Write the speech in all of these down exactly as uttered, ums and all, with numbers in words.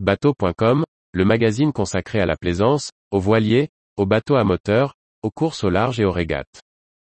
bateau point com, le magazine consacré à la plaisance, aux voiliers, aux bateaux à moteur, aux courses au large et aux régates.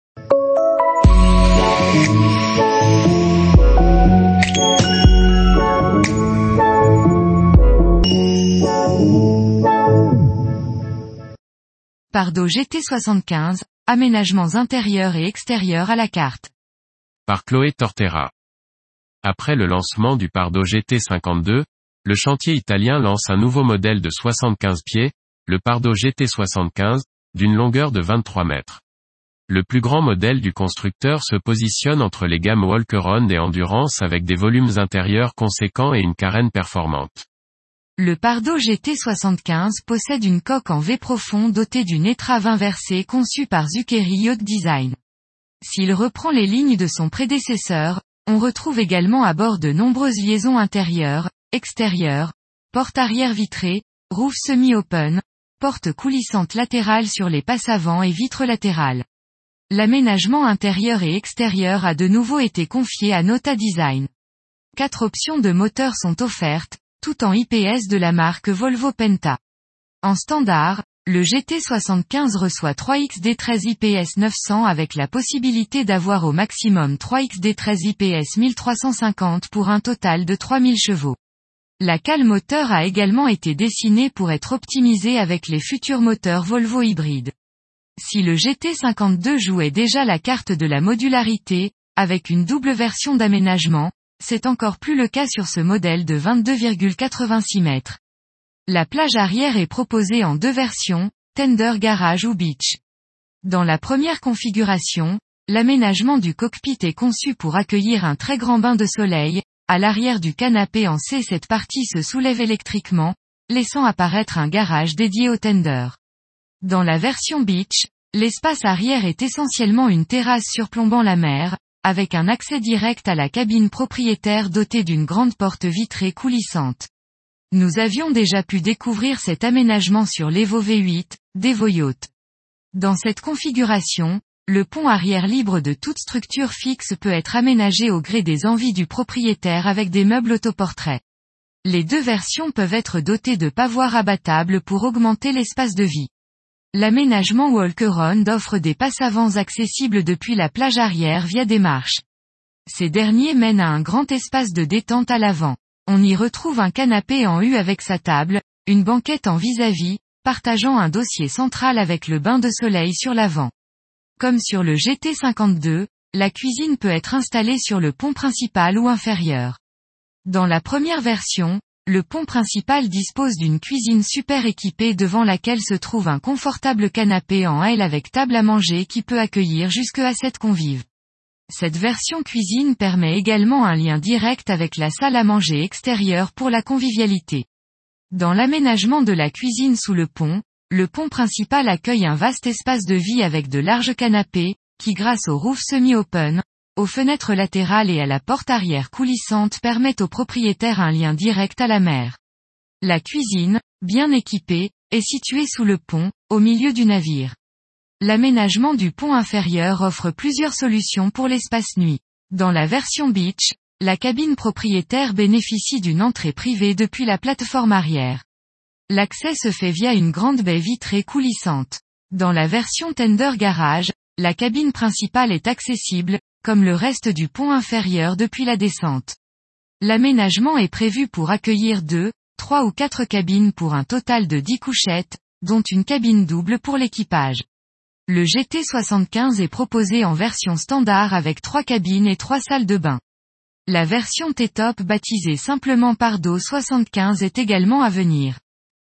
Pardo G T soixante-quinze, aménagements intérieurs et extérieurs à la carte. Par Chloé Tortera. Après le lancement du Pardo G T cinquante-deux, le chantier italien lance un nouveau modèle de soixante-quinze pieds, le Pardo G T soixante-quinze, d'une longueur de vingt-trois mètres. Le plus grand modèle du constructeur se positionne entre les gammes Walkeron et Endurance avec des volumes intérieurs conséquents et une carène performante. Le Pardo G T soixante-quinze possède une coque en V profond dotée d'une étrave inversée conçue par Zuccheri Yacht Design. S'il reprend les lignes de son prédécesseur, on retrouve également à bord de nombreuses liaisons intérieures, extérieures, porte arrière vitrée, roof semi-open, porte coulissante latérale sur les passes avant et vitres latérales. L'aménagement intérieur et extérieur a de nouveau été confié à Nota Design. Quatre options de moteur sont offertes, tout en I P S de la marque Volvo Penta. En standard, le G T soixante-quinze reçoit trois X D treize I P S neuf cents avec la possibilité d'avoir au maximum trois X D treize I P S mille trois cent cinquante pour un total de trois mille chevaux. La cale moteur a également été dessinée pour être optimisée avec les futurs moteurs Volvo hybrides. Si le G T cinquante-deux jouait déjà la carte de la modularité, avec une double version d'aménagement, c'est encore plus le cas sur ce modèle de vingt-deux virgule quatre-vingt-six mètres. La plage arrière est proposée en deux versions, Tender Garage ou Beach. Dans la première configuration, l'aménagement du cockpit est conçu pour accueillir un très grand bain de soleil. À l'arrière du canapé en C, cette partie se soulève électriquement, laissant apparaître un garage dédié au tender. Dans la version Beach, l'espace arrière est essentiellement une terrasse surplombant la mer, avec un accès direct à la cabine propriétaire dotée d'une grande porte vitrée coulissante. Nous avions déjà pu découvrir cet aménagement sur l'Evo V huit, d'Evo Yacht. Dans cette configuration, le pont arrière libre de toute structure fixe peut être aménagé au gré des envies du propriétaire avec des meubles autoportraits. Les deux versions peuvent être dotées de pavoirs abattables pour augmenter l'espace de vie. L'aménagement Walkeron offre des passe-avants accessibles depuis la plage arrière via des marches. Ces derniers mènent à un grand espace de détente à l'avant. On y retrouve un canapé en U avec sa table, une banquette en vis-à-vis, partageant un dossier central avec le bain de soleil sur l'avant. Comme sur le G T cinquante-deux, la cuisine peut être installée sur le pont principal ou inférieur. Dans la première version, le pont principal dispose d'une cuisine super équipée devant laquelle se trouve un confortable canapé en L avec table à manger qui peut accueillir jusque à sept convives. Cette version cuisine permet également un lien direct avec la salle à manger extérieure pour la convivialité. Dans l'aménagement de la cuisine sous le pont, le pont principal accueille un vaste espace de vie avec de larges canapés, qui grâce au roof semi-open, aux fenêtres latérales et à la porte arrière coulissante permettent au propriétaire un lien direct à la mer. La cuisine, bien équipée, est située sous le pont, au milieu du navire. L'aménagement du pont inférieur offre plusieurs solutions pour l'espace nuit. Dans la version Beach, la cabine propriétaire bénéficie d'une entrée privée depuis la plateforme arrière. L'accès se fait via une grande baie vitrée coulissante. Dans la version Tender Garage, la cabine principale est accessible, comme le reste du pont inférieur depuis la descente. L'aménagement est prévu pour accueillir deux, trois ou quatre cabines pour un total de dix couchettes, dont une cabine double pour l'équipage. Le G T soixante-quinze est proposé en version standard avec trois cabines et trois salles de bain. La version T-Top baptisée simplement Pardo soixante-quinze est également à venir.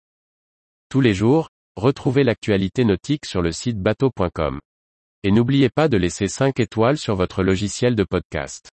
Tous les jours, retrouvez l'actualité nautique sur le site bateau point com. Et n'oubliez pas de laisser cinq étoiles sur votre logiciel de podcast.